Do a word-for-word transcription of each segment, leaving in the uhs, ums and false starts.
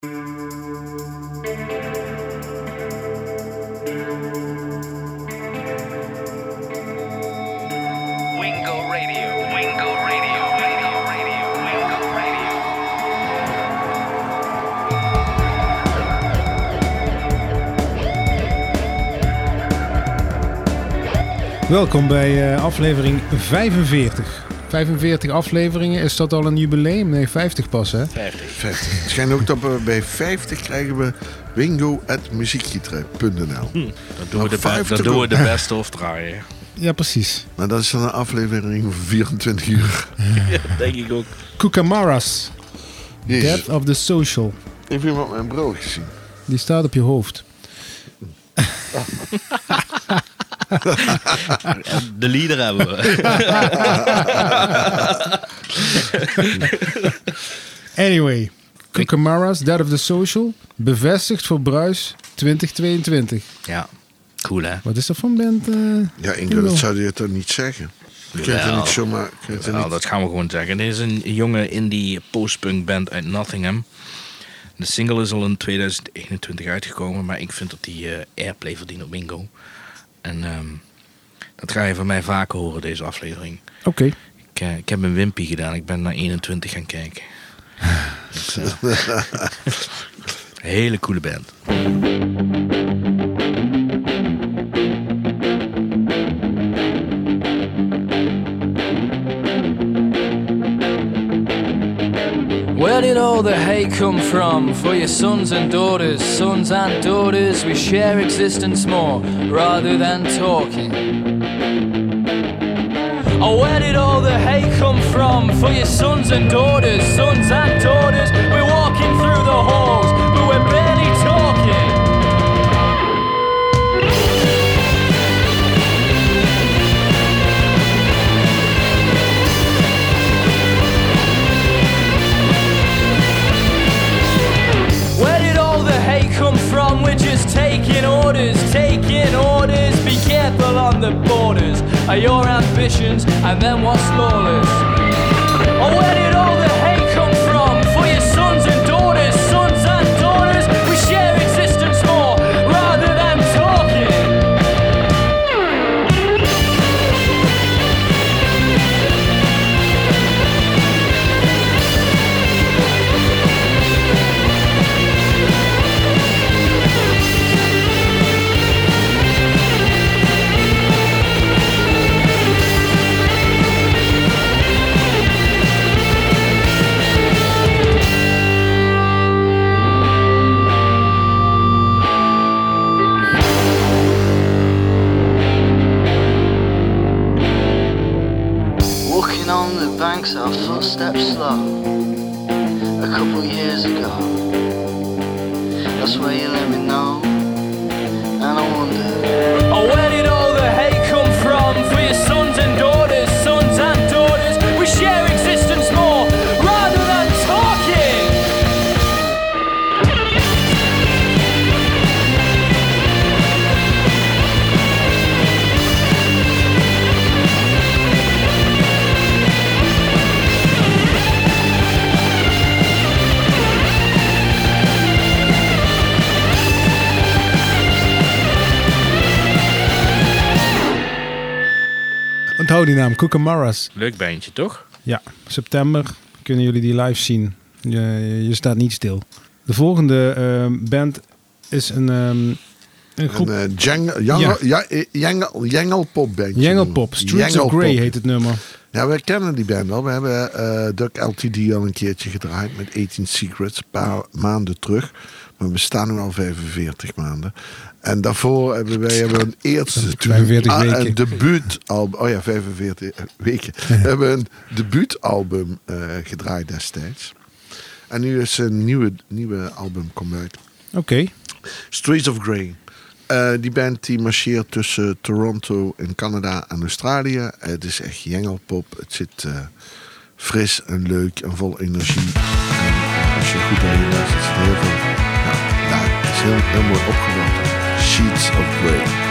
Welkom bij uh, aflevering vijfenveertig. vijfenveertig afleveringen, is dat al een jubileum? Nee, vijftig pas, hè? vijftig. vijftig. Het schijnt ook dat we bij vijftig krijgen we wingo at muziekgieterij punt n l. Hm. Dan doen we de, be- dan doen we de beste of draaien. Ja, precies. Maar dat is dan een aflevering van vierentwintig uur. Ja, denk ik ook. Kookamarras. Death of the Social. Heb je hem op mijn bril gezien? Die staat op je hoofd. De leader hebben we. Anyway, Kookamarras, Death of the Social, bevestigd voor Bruis twintig tweeëntwintig. Ja, cool hè. Wat is dat voor een band? Uh, ja, Ingo, dat zou je toch niet zeggen? Kun je het niet zomaar... Ja, niet... dat gaan we gewoon zeggen. Dit is een jonge indie postpunk band uit Nottingham. De single is al in tweeduizend eenentwintig uitgekomen, maar ik vind dat die uh, airplay verdient op Wingo. En um, dat ga je van mij vaker horen, deze aflevering. Oké. Okay. Ik, uh, ik heb een wimpy gedaan. Ik ben naar eenentwintig gaan kijken. Dus, uh, hele coole band. Where did all the hate come from? For your sons and daughters, sons and daughters, we share existence more rather than talking. Oh, where did all the hate come from? For your sons and daughters, sons and daughters, we're walking through the halls, but we're barely talking. Come from, we're just taking orders, taking orders. Be careful on the borders of your ambitions and then what's lawless. Oh, where did all the hate come from? For your sons and daughters, sons and daughters, we share existence more rather than talking. Banks, our footsteps slow. A couple years ago, that's where you let me know. And I wonder, oh, where did all the hate come from? For your sons and daughters, sons and daughters, we share existence more rather than talking. Onthoud die naam, Kookamarras. Leuk bandje, toch? Ja, september kunnen jullie die live zien. Je, je staat niet stil. De volgende uh, band is een, um, een groep... Een uh, jang, jangel, ja. ja, jangel, jangelpop bandje. Jangelpop, Streets of Grey heet het nummer. Ja, wij kennen die band wel. We hebben uh, Duck L T D al een keertje gedraaid met achttien Secrets, een paar maanden terug. Maar we staan nu al vijfenveertig maanden. En daarvoor hebben wij hebben een eerste vijfenveertig weken. Een debuutalbum. Oh ja, vijfenveertig weken. We hebben een debuutalbum uh, gedraaid destijds. En nu is een nieuwe, nieuwe album komt uit. Oké. Okay. Streets of Grey. Uh, die band die marcheert tussen Toronto in Canada en Australië. Uh, het is echt jengelpop. Het zit uh, fris en leuk en vol energie. En als je goed erin luistert, zit heel veel. Nou, ja, het is heel, heel mooi opgebouwd. Sheets of Grey.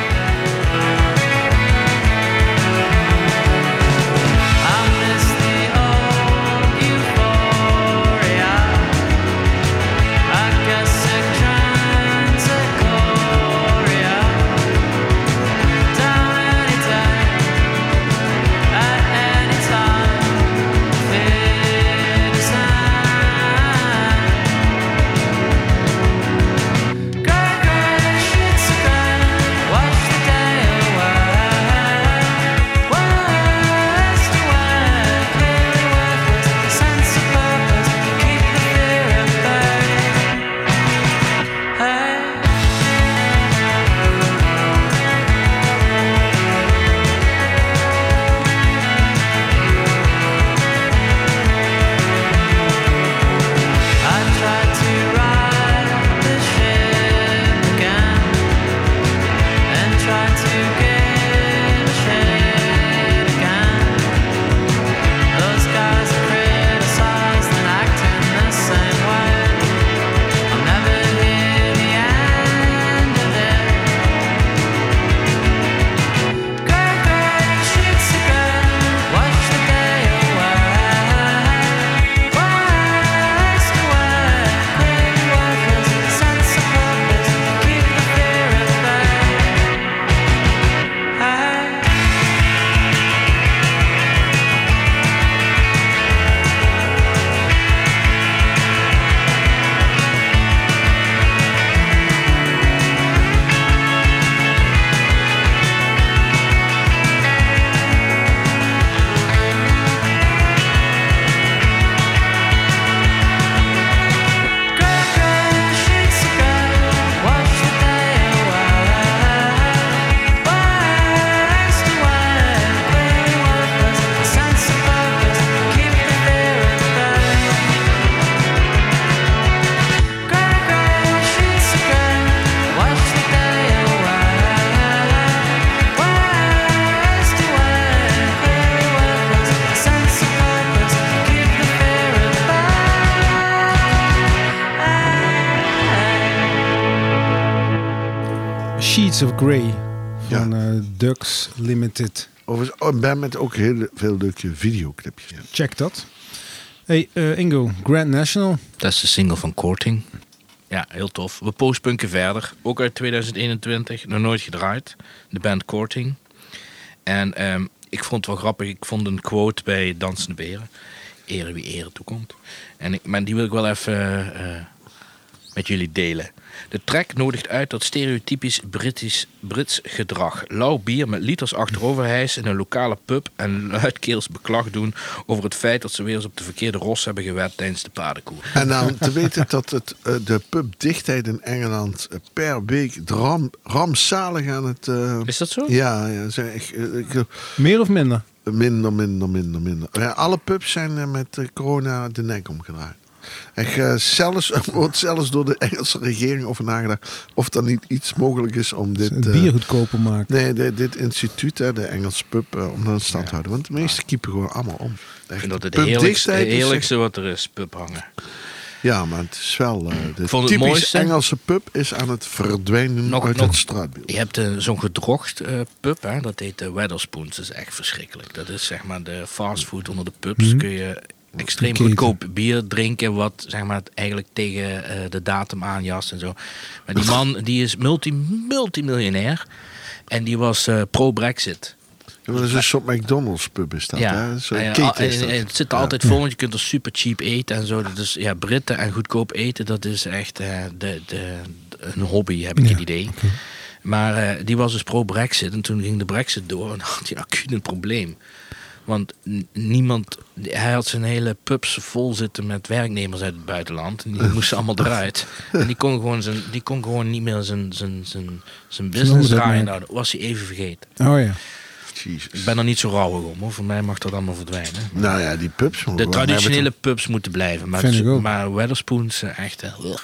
I Shades of Grey van Ja. uh, Dux Limited. Overigens, oh, een band met ook heel veel leuke videoclipjes. Check dat. Hey uh, Ingo, Grand National. Dat is de single van Courting. Ja, heel tof. We postpunken verder. Ook uit tweeduizend eenentwintig. Nog nooit gedraaid. De band Courting. En um, ik vond het wel grappig. Ik vond een quote bij Dansende Beren. Ere wie ere toekomt. En ik, maar die wil ik wel even uh, met jullie delen. De track nodigt uit tot stereotypisch Britisch, Brits gedrag. Lauw bier met liters achteroverhijs in een lokale pub en luidkeels beklag doen over het feit dat ze weer eens op de verkeerde ros hebben gewet tijdens de paardenkoer. En dan te weten dat het, uh, de pubdichtheid in Engeland uh, per week ram, rampzalig aan het... Uh, Is dat zo? Ja, ja zijn echt, uh, ik, uh, Meer of minder? minder, minder, minder, minder. Ja, alle pubs zijn uh, met uh, corona de nek omgedraaid. En uh, zelfs, wordt zelfs door de Engelse regering over nagedacht of er niet iets mogelijk is om dit... Het uh, bier goedkoper maken. Nee, de, dit instituut, hè, de Engelse pub, uh, om dat in stand te houden. Want de meeste kiepen gewoon allemaal om. Ik vind dat het Pubdichtheid heerlijkste, is echt- heerlijkste wat er is, pub hangen. Ja, maar het is wel... Uh, de vond het typisch mooiste- Engelse pub is aan het verdwijnen Nog- uit nog- het straatbeeld. Je hebt uh, zo'n gedrocht uh, pub, hè, dat heet de Wetherspoons. Dat is echt verschrikkelijk. Dat is zeg maar de fastfood onder de pubs. Mhm. Kun je extreem Keten. goedkoop bier drinken, wat zeg maar eigenlijk tegen uh, de datum aanjast en zo. Maar die man die is multi, multimiljonair en die was uh, pro-Brexit. Ja, maar dat is een soort McDonald's pub is dat, hè? Zo'n en, keten en- is dat. en het zit er Ja. altijd vol, want je kunt er super cheap eten en zo. Dus ja, Britten en goedkoop eten, dat is echt uh, de, de, een hobby, heb ik Ja, het idee. oké. Maar uh, die was dus pro-Brexit en toen ging de Brexit door en had hij acuut een probleem. Want n- niemand, hij had zijn hele pubs vol zitten met werknemers uit het buitenland. En die moesten allemaal eruit. En die kon gewoon, zijn, die kon gewoon niet meer zijn, zijn, zijn, zijn business omzet draaien. maken. Nou, was hij even vergeten. Oh ja. Jezus. Ik ben er niet zo rouwig om, hoor. Voor mij mag dat allemaal verdwijnen. Nou ja, die pubs... De traditionele pubs moeten blijven. Maar, Vind ik ook. maar Wetherspoons, uh, echt... Uh, ugh.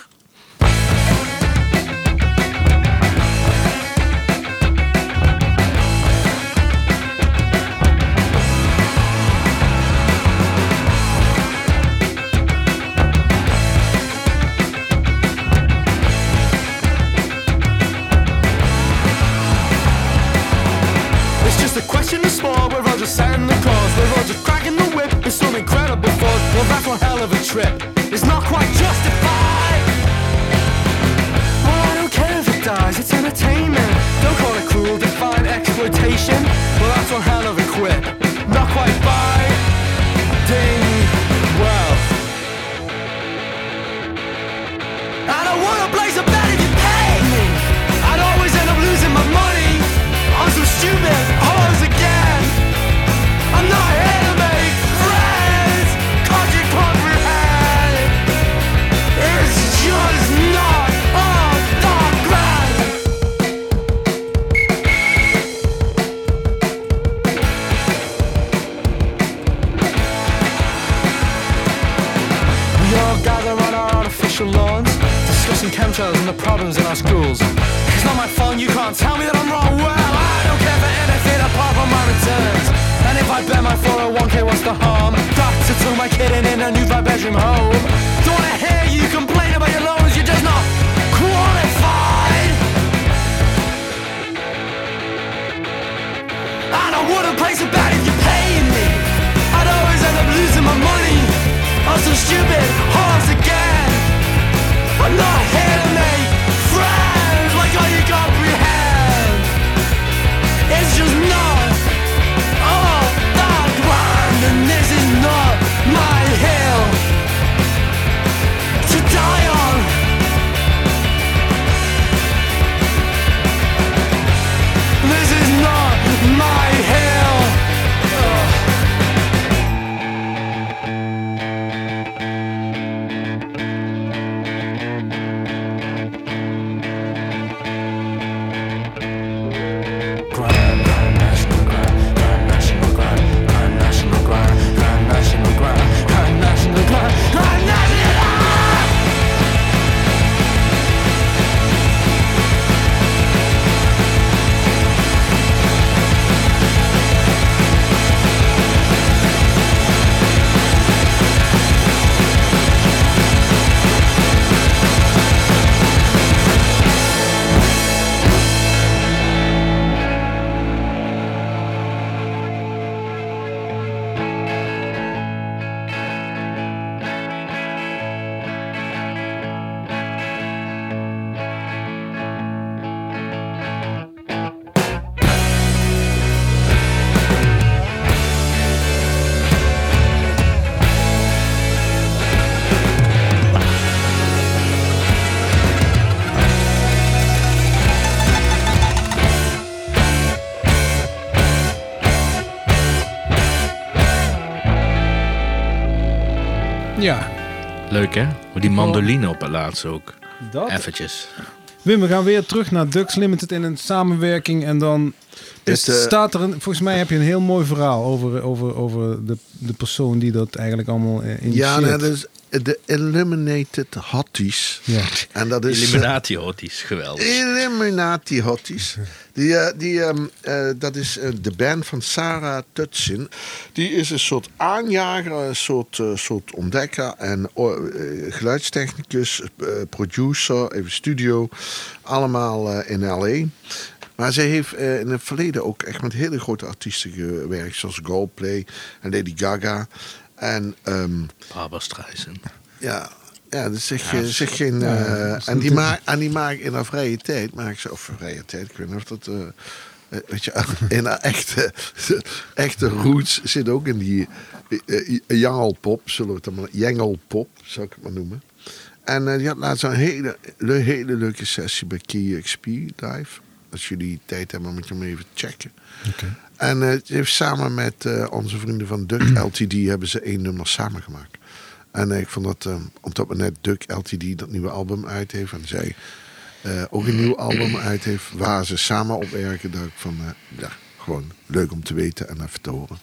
It's just a question of sport. We're all just setting the course. We're all just cracking the whip. It's some incredible fun. Well, that's one hell of a trip. It's not quite justified. Well, I don't care if it dies. It's entertainment. Don't call it cruel, define exploitation. Well, that's one hell of a quip. Not quite by. Ding. Well. I don't wanna place a bet if you pay me. I'd always end up losing my money. I'm so stupid, always again. I'm not here to make friends. Can't you comprehend? It's just not all that grand. We all gather on our artificial lawns, discussing chemtrails and the problems in our schools. It's not my fault, you can't tell me that I'm wrong. Well, I don't care for anything apart from my returns. And if I bet my four oh one k, what's the harm? That's to took my kid in, in a new five bedroom home. Don't wanna hear you complain about your loans, you're just not qualified. I don't wanna place a bet if you're paying me. I'd always end up losing my money. I'm so stupid, horse again. I'm not here to make friends like all you comprehend. It's just not all that grand, and this is not my hill. Ja, Leuk hè? Hoe die mandoline op het laatst ook. dat. Eventjes. Wim, we gaan weer terug naar Dux Limited in een samenwerking. En dan is, Het, uh, staat er een... Volgens mij heb je een heel mooi verhaal over, over, over de, de persoon die dat eigenlijk allemaal uh, initieert. Ja, nee, dat is de Eliminated Hotties. Ja. En dat is... Illuminati Hotties, geweldig. Illuminati Hotties. Die, uh, die, um, uh, dat is uh, de band van Sarah Tutsin. Die is een soort aanjager, een soort, uh, soort ontdekker en uh, geluidstechnicus, uh, producer, even studio. Allemaal uh, in L A. Maar zij heeft uh, in het verleden ook echt met hele grote artiesten gewerkt, zoals Coldplay en Lady Gaga. En um, Barbra Streisand. ja, ja, dat zeg, Ja, je zeg geen. ja, Uh, dat is en, die natuurlijk- maak, en die maakt in haar vrije tijd, maakt ze, of vrije tijd, ik weet niet of dat. Uh, uh, weet je, in haar echte, echte roots zit ook in die uh, jangelpop, zullen we het dan maar. Jengelpop, zou ik het maar noemen. En uh, die had laatst een hele, le, hele leuke sessie bij Key X P Live. Als jullie tijd hebben, moet je hem even checken. Okay. En uh, ze heeft samen met uh, onze vrienden van Duck L T D hebben ze één nummer samengemaakt. En uh, ik vond dat, uh, omdat we net Duck L T D dat nieuwe album uit heeft en zij uh, ook een nieuw album uit heeft waar ze samen op werken, dacht ik van uh, ja, gewoon leuk om te weten en even te horen.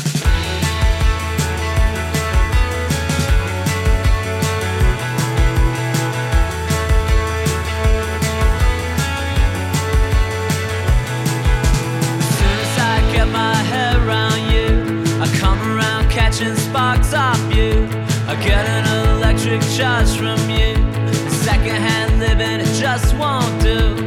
Catching sparks off you, I get an electric charge from you. Secondhand living, it just won't do.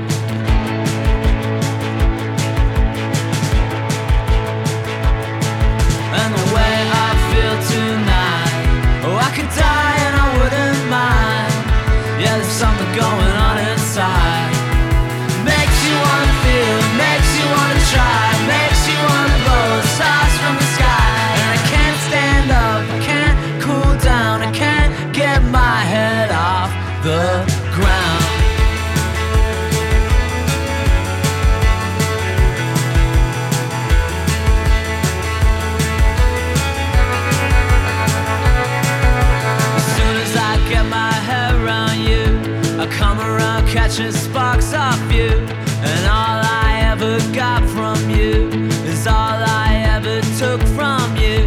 And the way I feel tonight, oh, I could die and I wouldn't mind. Yeah, there's something going on inside. Makes you wanna feel, makes you wanna try, makes you wanna blow stars from the sky. Stand up, I can't cool down, I can't get my head off the ground. As soon as I get my head around you, I come around catching sparks off you. And all I ever got from you is all I ever took from you.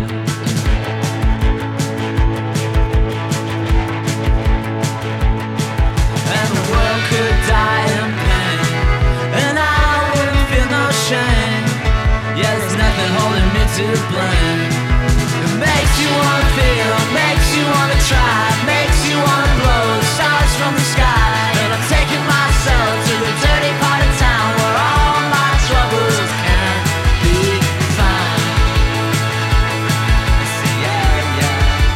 Could die in pain, and I wouldn't feel no shame. Yeah, there's nothing holding me to blame. It makes you wanna feel, makes you wanna try, makes you wanna blow stars from the sky. And I'm taking myself to the dirty part of town where all my troubles can be found. Yeah, yeah.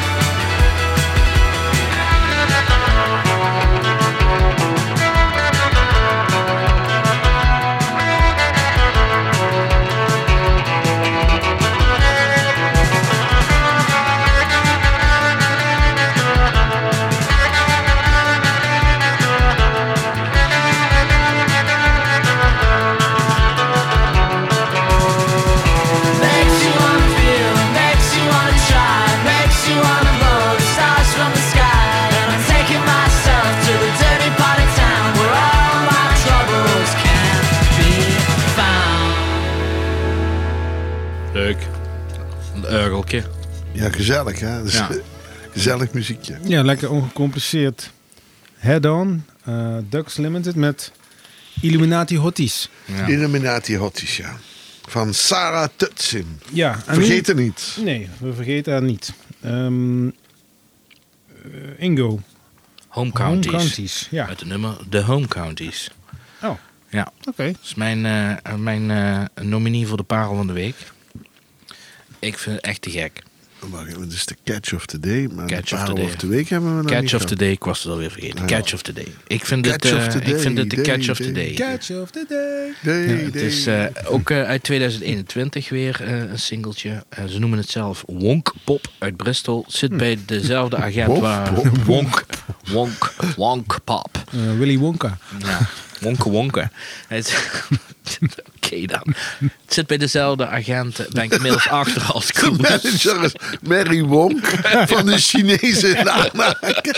Leuk. Een urgeltje. Ja, gezellig hè. Dus, Ja. Gezellig muziekje. Ja, lekker ongecompliceerd. Head-on, uh, Dux Limited met Illuminati Hotties. Ja. Illuminati Hotties, ja. Van Sarah Tutsin. Ja, en Vergeet nu- het niet. Nee, we vergeten haar niet. Um, uh, Ingo. Home Counties. Home Counties, ja. Met het nummer The Home Counties. Oh, Ja, oké. dat is mijn, uh, mijn uh, nominie voor de parel van de week. Ik vind het echt te gek. Wacht even, het is de Catch of the Day. Maar Catch de of the parel Day. of the Week hebben we nog Catch niet of gehad. the Day, ik was het alweer vergeten. Ja. Catch of the Day. Ik vind, Catch dit, uh, of the ik day, vind dit de day, Catch of the day. Day. Catch of the day. Day, Ja, het day. is uh, ook uh, uit tweeduizend eenentwintig weer uh, een singeltje. Uh, ze noemen het zelf Wonk Pop uit Bristol. Zit bij dezelfde agent Wonk waar... Pop. Wonk. Wonk. Wonk Pop. Uh, Willy Wonka. Ja, Wonke Wonke. Het- Oké. Oké dan. Het zit bij dezelfde agent, ben ik inmiddels achter als De Goose. manager is Mary Wong van de Chinese namaak.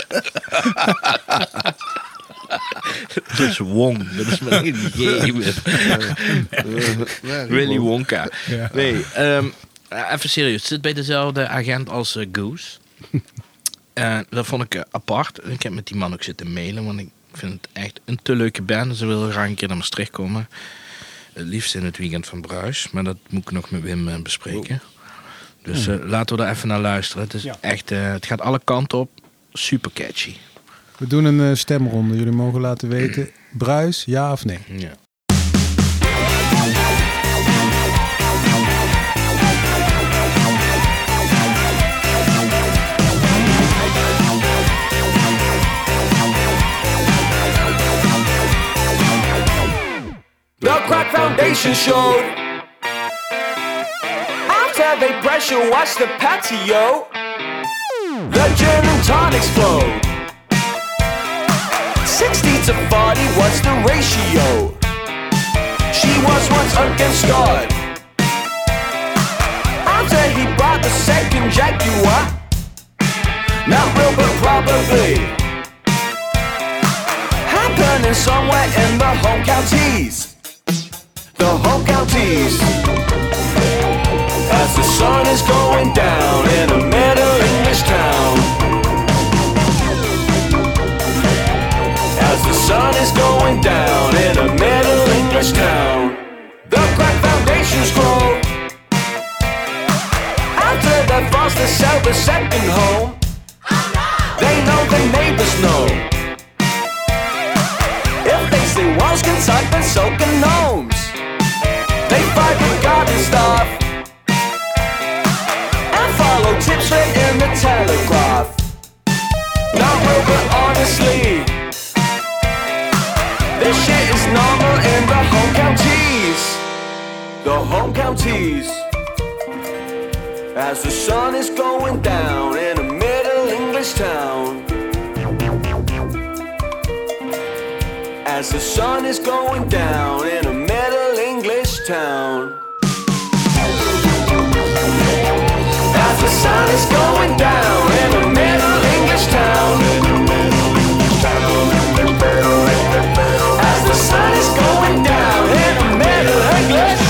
Dat is Wong, dat is maar een gegeven. Willy Wonka. Ja. Nee, um, even serieus. Het zit bij dezelfde agent als uh, Goose. Uh, dat vond ik uh, apart. Ik heb met die man ook zitten mailen, want ik vind het echt een te leuke band. Ze willen graag een keer naar Maastricht komen. Het liefst in het weekend van Bruis. Maar dat moet ik nog met Wim uh, bespreken. Dus uh, laten we daar even naar luisteren. Het, is Ja. echt, uh, het gaat alle kanten op. Super catchy. We doen een uh, stemronde. Jullie mogen laten weten, Bruis, ja of nee? Ja. The Crack Foundation showed. After they pressure washed the patio, the gin and tonics flowed. sixty to forty, what's the ratio? She was once against God. After he bought the second Jaguar, not real but probably happening somewhere in the home counties. The home counties. As the sun is going down in a middle English town. As the sun is going down in a middle English town. The Crack Foundations grow. After the foster sell the second home, they know the neighbors know. If they see walls can suck, then so can gnomes. They fight with garden stuff and follow tips right in the telegraph. Not real, but honestly, this shit is normal in the home counties. The home counties. As the sun is going down in a middle English town. As the sun is going down in a middle English town. As the sun is going down in a middle English town. As the sun is going down in a middle English.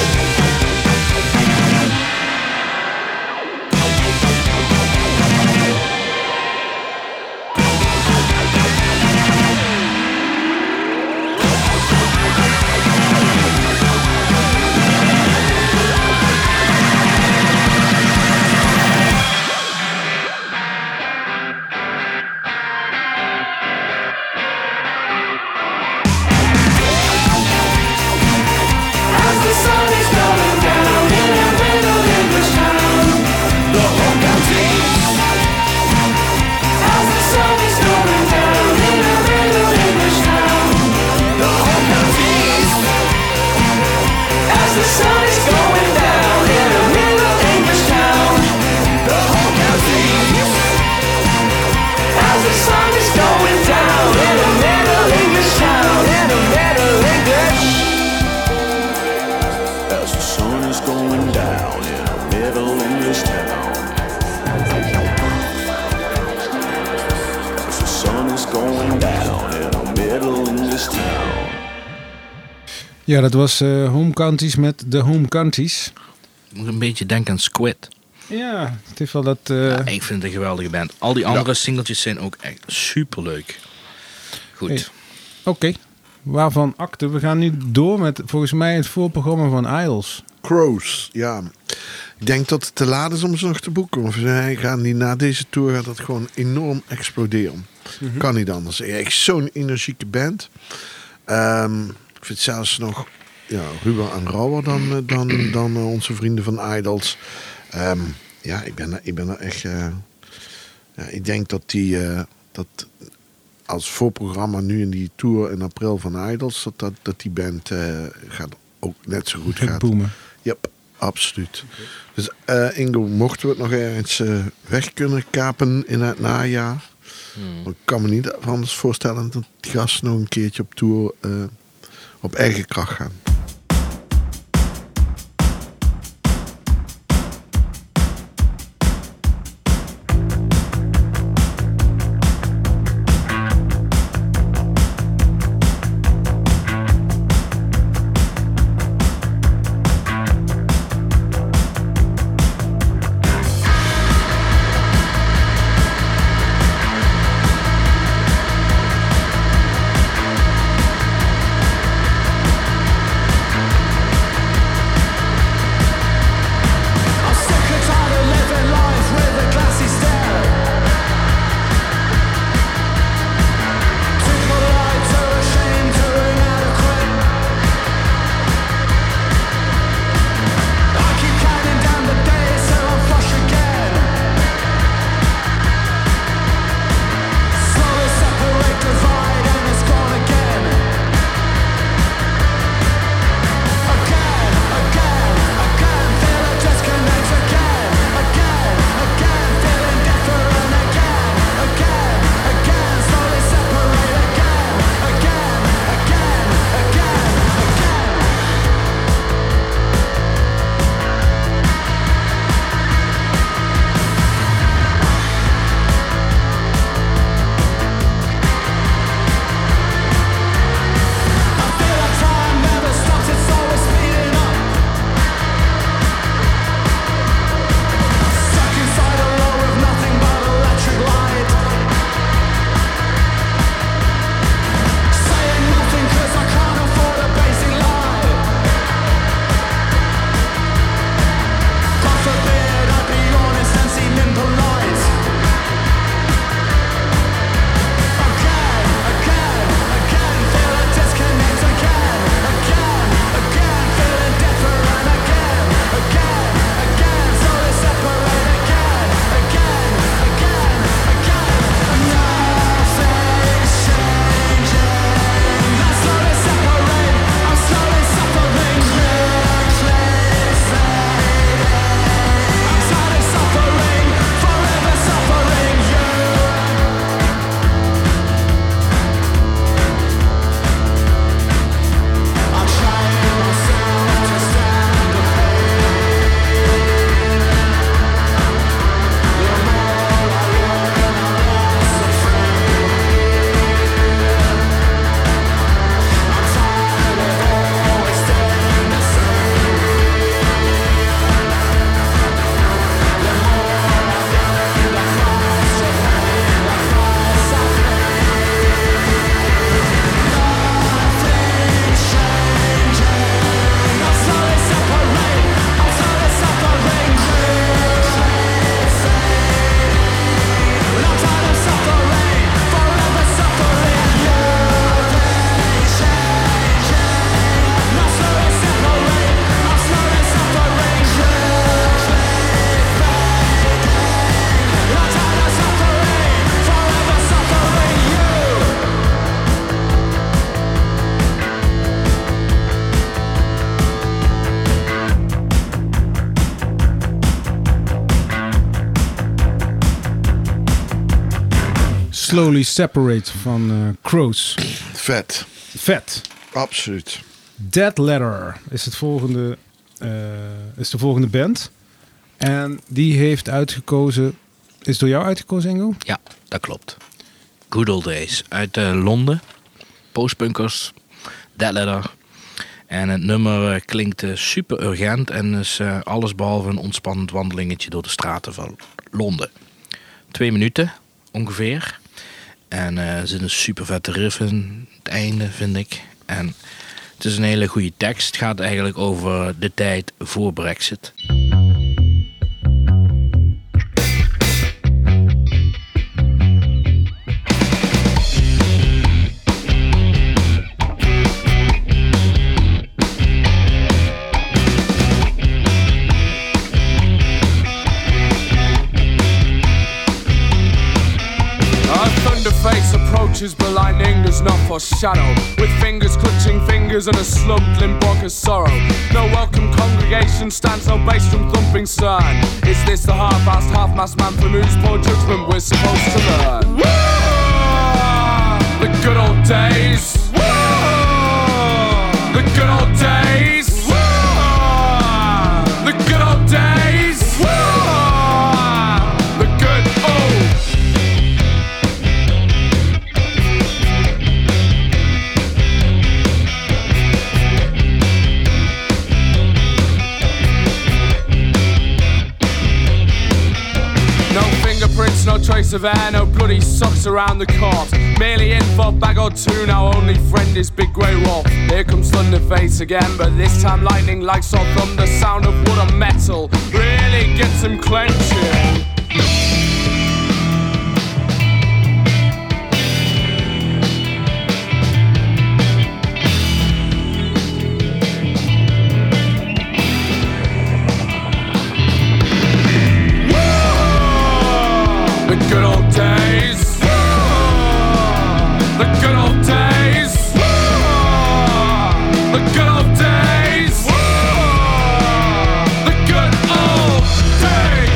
Ja, dat was uh, Home Counties met de Home Counties. Ik moet een beetje denken aan Squid. Ja, het heeft wel dat... Uh... Ja, ik vind het een geweldige band. Al die andere ja. singeltjes zijn ook echt superleuk. Goed. Hey. Oké, okay. Waarvan akte? We gaan nu door met volgens mij het voorprogramma van Idols. Crows, ja. Ik denk dat het te laat is om ze nog te boeken. Of zij gaan die na deze tour gaat dat gewoon enorm exploderen. Mm-hmm. Kan niet anders. Echt zo'n energieke band. Um, ik vind het zelfs nog ja, ruwer en rauwer dan, dan, dan uh, onze vrienden van Idols. Um, ja, ik ben, ik ben er echt... Uh, ja, ik denk dat die... Uh, dat als voorprogramma nu in die tour in april van Idols... dat, dat, dat die band uh, gaat ook net zo goed het gaat. Boomen. Yep, absoluut. Okay. Dus uh, Ingo, mochten we het nog ergens uh, weg kunnen kapen in het najaar... Hmm. Ik kan me niet anders voorstellen dat die gasten nog een keertje op tour uh, op eigen kracht gaan. Slowly Separate van uh, Crows. Vet. Vet. Absoluut. Dead Letter is, het volgende, uh, is de volgende band. En die heeft uitgekozen... Is door jou uitgekozen, Ingo? Ja, dat klopt. Good Old Days. Uit uh, Londen. Postpunkers. Dead Letter. En het nummer uh, klinkt uh, super urgent. En is uh, alles behalve een ontspannend wandelingetje door de straten van Londen. Twee minuten ongeveer. En uh, er zit een super vette riff in het einde, vind ik. En het is een hele goede tekst. Het gaat eigenlijk over de tijd voor Brexit. But lightning does not foreshadow. With fingers clutching fingers and a slumped limp of sorrow. No welcome congregation stands, no bass drum thumping sign. Is this the half-assed, half-massed man from whose poor judgment we're supposed to learn? Woo! The good old days. Woo! The good old days. Woo! The good old days. Woo! The good old. No trace of air, no bloody socks around the corpse. Merely in for a bag or two, now only friend is Big Grey Wolf. Here comes Thunderface again, but this time lightning like saw thunder. Sound of wood and metal really gets him clenching. Good old days. The good old days. The good old days. The good old days.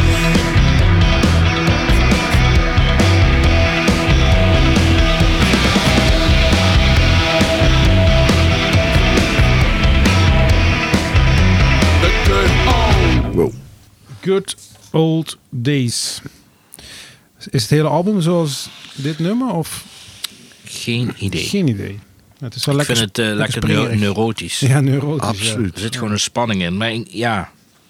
The good old. Wow. Good Old Days. Is het hele album zoals dit nummer? Of? Geen idee. Geen idee. Het is wel ik lekker, vind het uh, lekker, lekker neu- neurotisch. Ja, neurotisch. Absoluut. Ja. Er zit gewoon een spanning in. Maar ik, ja,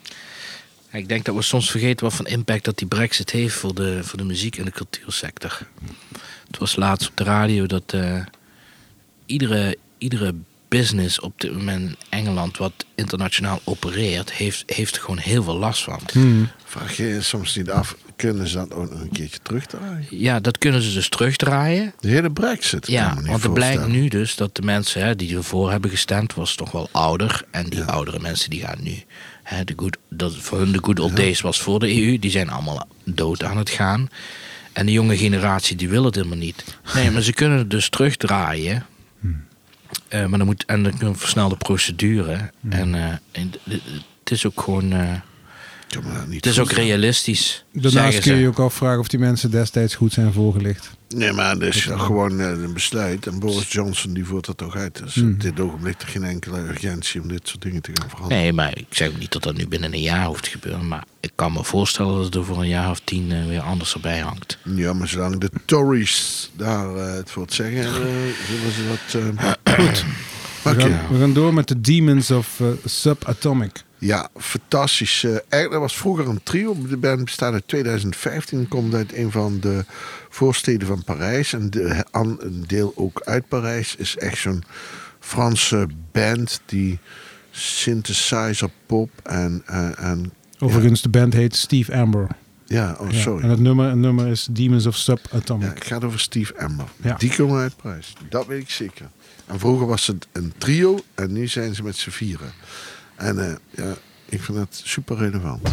ik denk dat we soms vergeten wat voor impact dat die Brexit heeft voor de, voor de muziek- en de cultuursector. Het was laatst op de radio dat uh, iedere, iedere business op dit moment in Engeland wat internationaal opereert, heeft, heeft er gewoon heel veel last van. Hmm. Vraag je je soms niet af, kunnen ze dat ook nog een keertje terugdraaien? Ja, dat kunnen ze dus terugdraaien. De hele Brexit. Ja, kan me niet want het blijkt voorstellen. nu dus dat de mensen hè, die ervoor hebben gestemd, was toch wel ouder. En die Ja. oudere mensen die gaan nu. Hè, de good, dat, voor hun de good old days was voor de E U. Die zijn allemaal dood aan het gaan. En de jonge generatie die wil het helemaal niet. Nee, maar ze kunnen het dus terugdraaien. Hmm. Uh, maar dan moet en dan een versnelde procedure. Hmm. En, uh, en het is ook gewoon. Uh, Ik kan me dat niet het is ook voorstellen. realistisch. Daarnaast zeggen kun je ze. je ook afvragen of die mensen destijds goed zijn voorgelicht. Nee, maar dat is toch gewoon uh, een besluit. En Boris Johnson die voert dat toch uit. Dus Hmm. op dit ogenblik er geen enkele urgentie om dit soort dingen te gaan veranderen. Nee, maar ik zeg ook niet dat dat nu binnen een jaar hoeft te gebeuren. Maar ik kan me voorstellen dat het er voor een jaar of tien uh, weer anders erbij hangt. Ja, maar zolang de Tories daar uh, het voor het zeggen hebben, zullen ze dat uh, goed. We Oké. gaan, we gaan door met de Demons of uh, Subatomic. Ja, fantastisch. Uh, eigenlijk dat was vroeger een trio. De band bestaat uit tweeduizend vijftien. Komt uit een van de voorsteden van Parijs. En de, an, een deel ook uit Parijs. Is echt zo'n Franse band die synthesizer pop en... Uh, en Overigens, de band heet Steve Amber. ja, oh Ja, sorry. en het nummer, het nummer is Demons of Subatomic. Ja, het gaat over Steve Amber. Ja. Die komen uit Parijs. Dat weet ik zeker. En vroeger was het een trio en nu zijn ze met z'n vieren. En uh, ja, ik vind dat super relevant.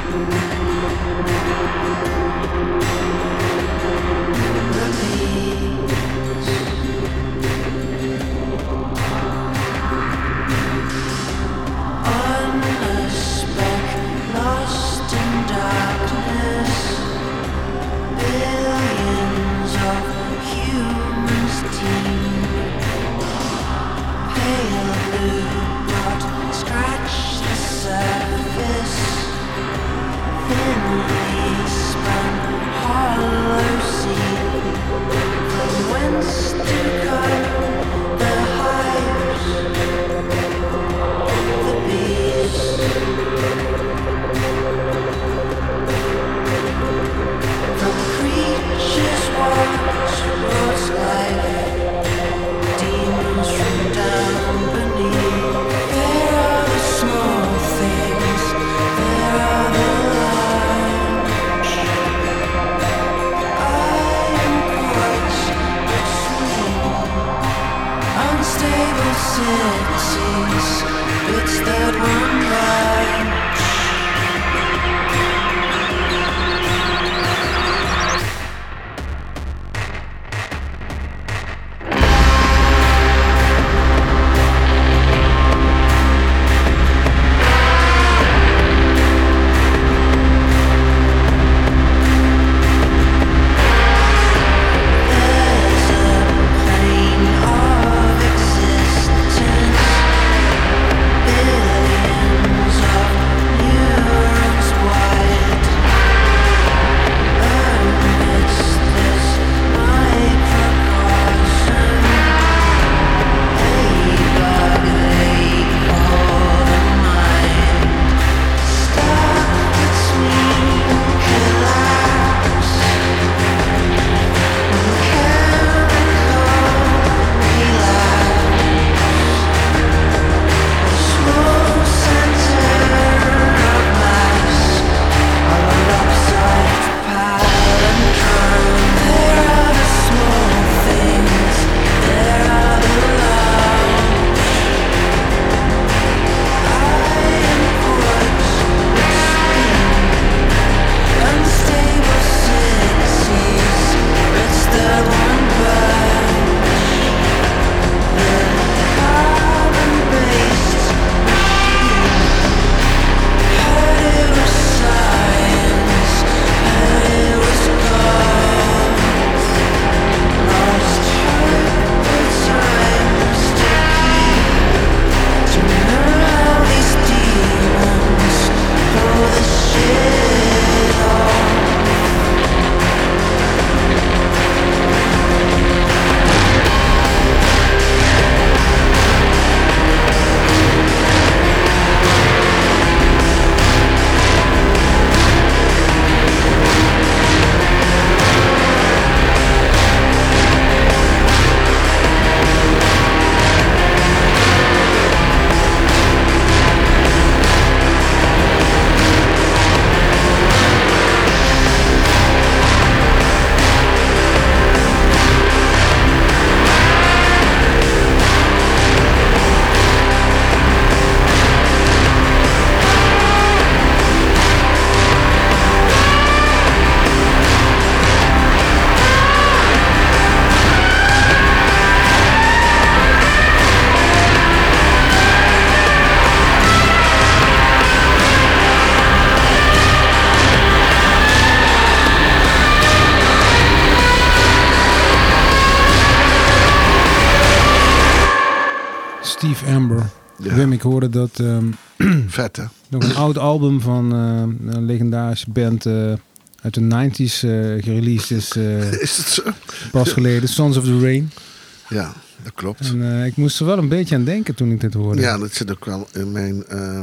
Steve Amber. Ja. Wim, ik hoorde dat um, vet, hè? nog een oud album van uh, een legendarische band uh, uit de nineties uh, gereleased is. Uh, Is het zo? pas geleden, Sons of the Rain. Ja, dat klopt. En uh, ik moest er wel een beetje aan denken toen ik dit hoorde. Ja, dat zit ook wel in mijn... Uh,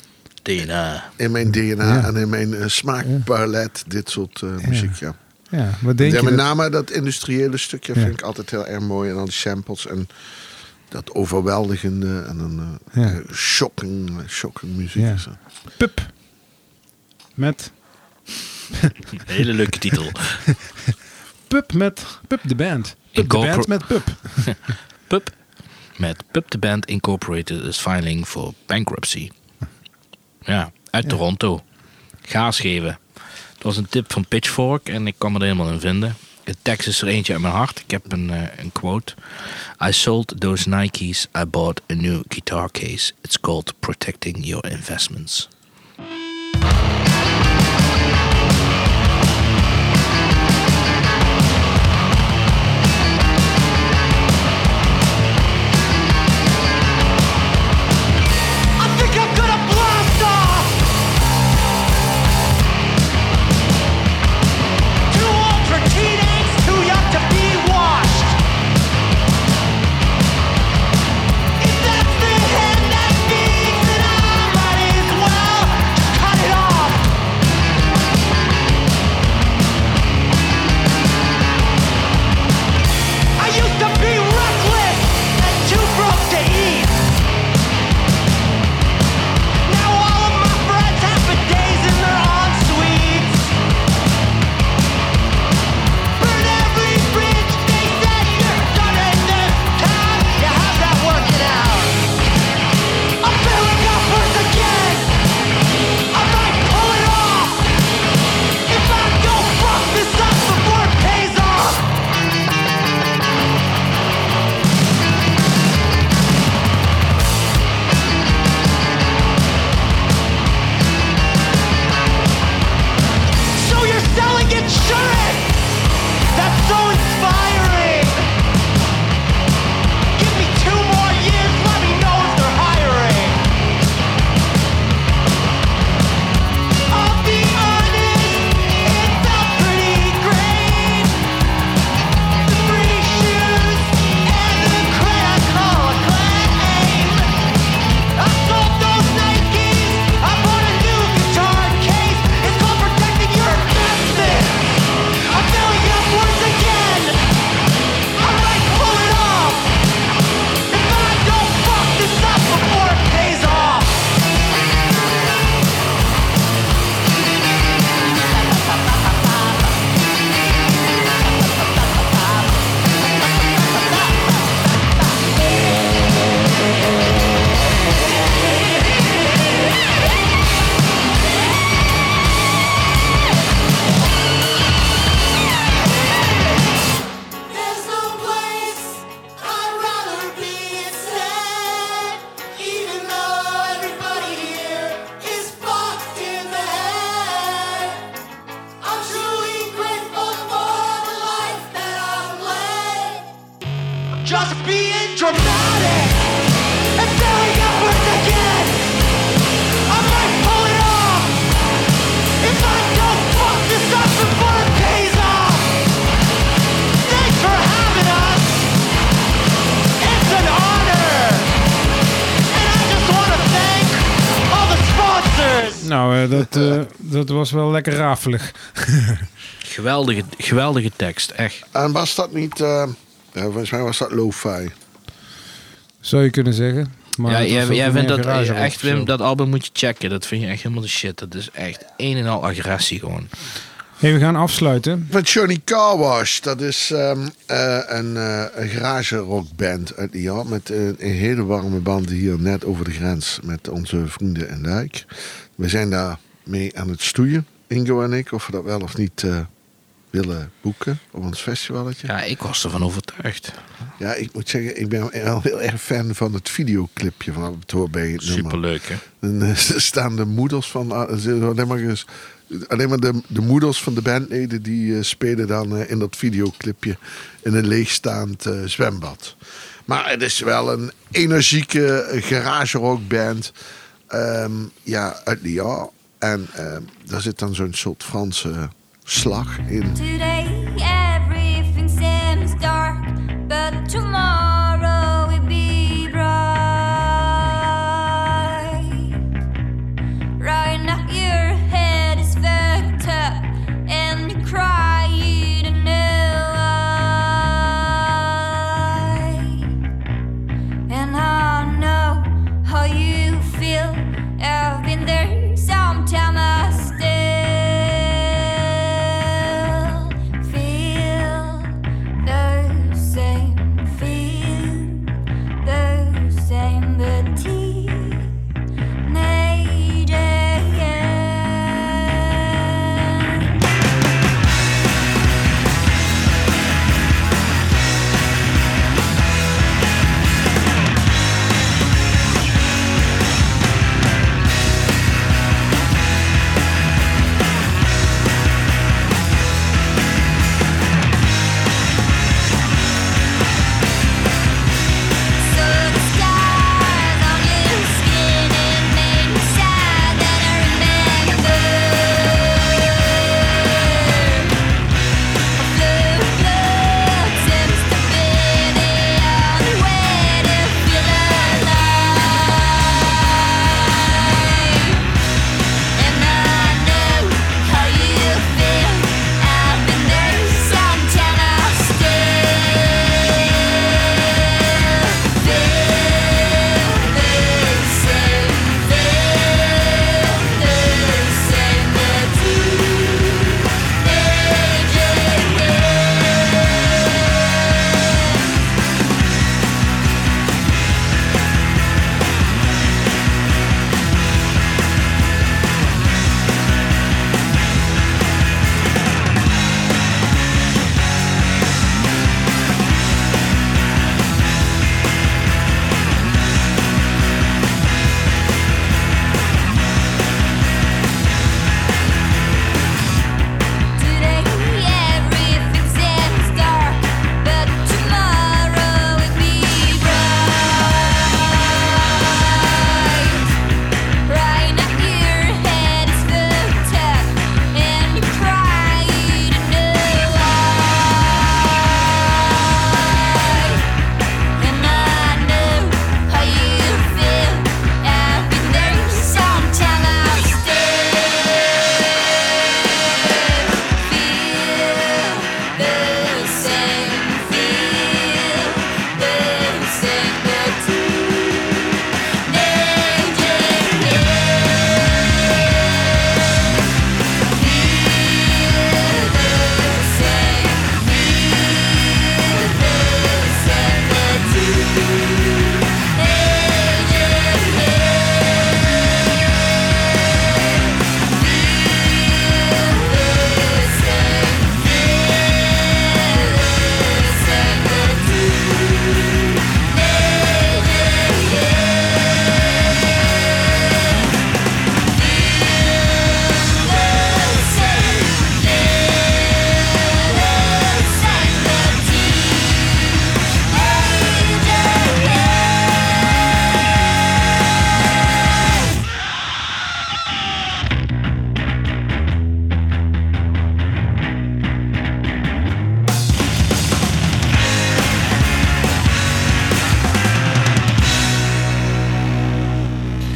D N A. In mijn D N A Ja. en in mijn uh, smaakpalet, dit soort uh, Ja. muziek, ja. Ja, wat denk ja, je? met dat- name dat industriële stukje Ja. vind ik altijd heel erg mooi. En al die samples en dat overweldigende en een uh, Ja. uh, shocking, shocking muziek. Ja. is dat. Pup. Met Een hele leuke titel. Pup met Pup de Band. Pup de Incorpor- Band met Pup. Pup. Met Pup the Band Incorporated is filing for bankruptcy. Ja, uit Ja. Toronto. Gaas geven. Het was een tip van Pitchfork en ik kwam er helemaal in vinden. De tekst is er eentje uit mijn hart. Ik heb een, uh, een quote. I sold those Nikes. I bought a new guitar case. It's called protecting your investments. Nou, uh, dat, uh, dat was wel lekker rafelig. geweldige, geweldige tekst, echt. En was dat niet... Uh, ja, volgens mij was dat lo-fi. Zou je kunnen zeggen. Maar ja, jij, jij vindt dat echt, Wim, Wim, dat album moet je checken. Dat vind je echt helemaal de shit. Dat is echt een en al agressie gewoon. Hey, we gaan afsluiten. Met Johnny Car Wash. Dat is um, uh, een, uh, een garage rockband uit Lyon. Met uh, een hele warme band hier net over de grens. Met onze vrienden in Dijk. We zijn daar mee aan het stoeien. Ingo en ik. Of we dat wel of niet uh, willen boeken. Op ons festivalletje. Ja, ik was ervan overtuigd. Ja, ik moet zeggen. Ik ben wel heel erg fan van het videoclipje. Van het hoort bij het nummer. Superleuk, hè? En uh, staan de moeders van... Uh, alleen maar eens, Alleen maar de, de moeders van de bandleden die uh, spelen dan uh, in dat videoclipje in een leegstaand uh, zwembad. Maar het is wel een energieke uh, garage rockband um, ja, uit Lyon. En uh, daar zit dan zo'n soort Franse uh, slag in. Today everything seems dark, but tomorrow will be bright. Right now your head is fucked up and you cry you don't know why. And I know how you feel. I've been there sometime. I still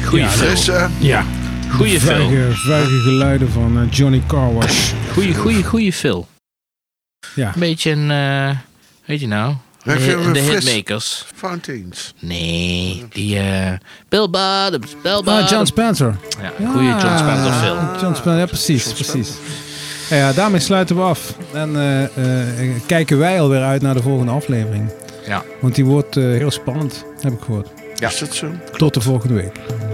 Goeie Ja, film. Frisse. Ja. Goeie film. Vuige, vuige geluiden van uh, Johnny Carwash. Goeie, goeie, goeie film. Ja. Een beetje een, uh, weet je nou, Wij de, vinden de fris. Hitmakers. Fountains. Nee, die uh, Bill Bottoms, Bill Ah, Bottoms. John Spencer. Ja, een goede John Spencer film. John Spencer, ja precies, precies. Ja, ja, daarmee sluiten we af. En uh, uh, kijken wij alweer uit naar de volgende aflevering. Ja. Want die wordt uh, heel spannend, heb ik gehoord. Ja. Is dat zo? Tot de volgende week.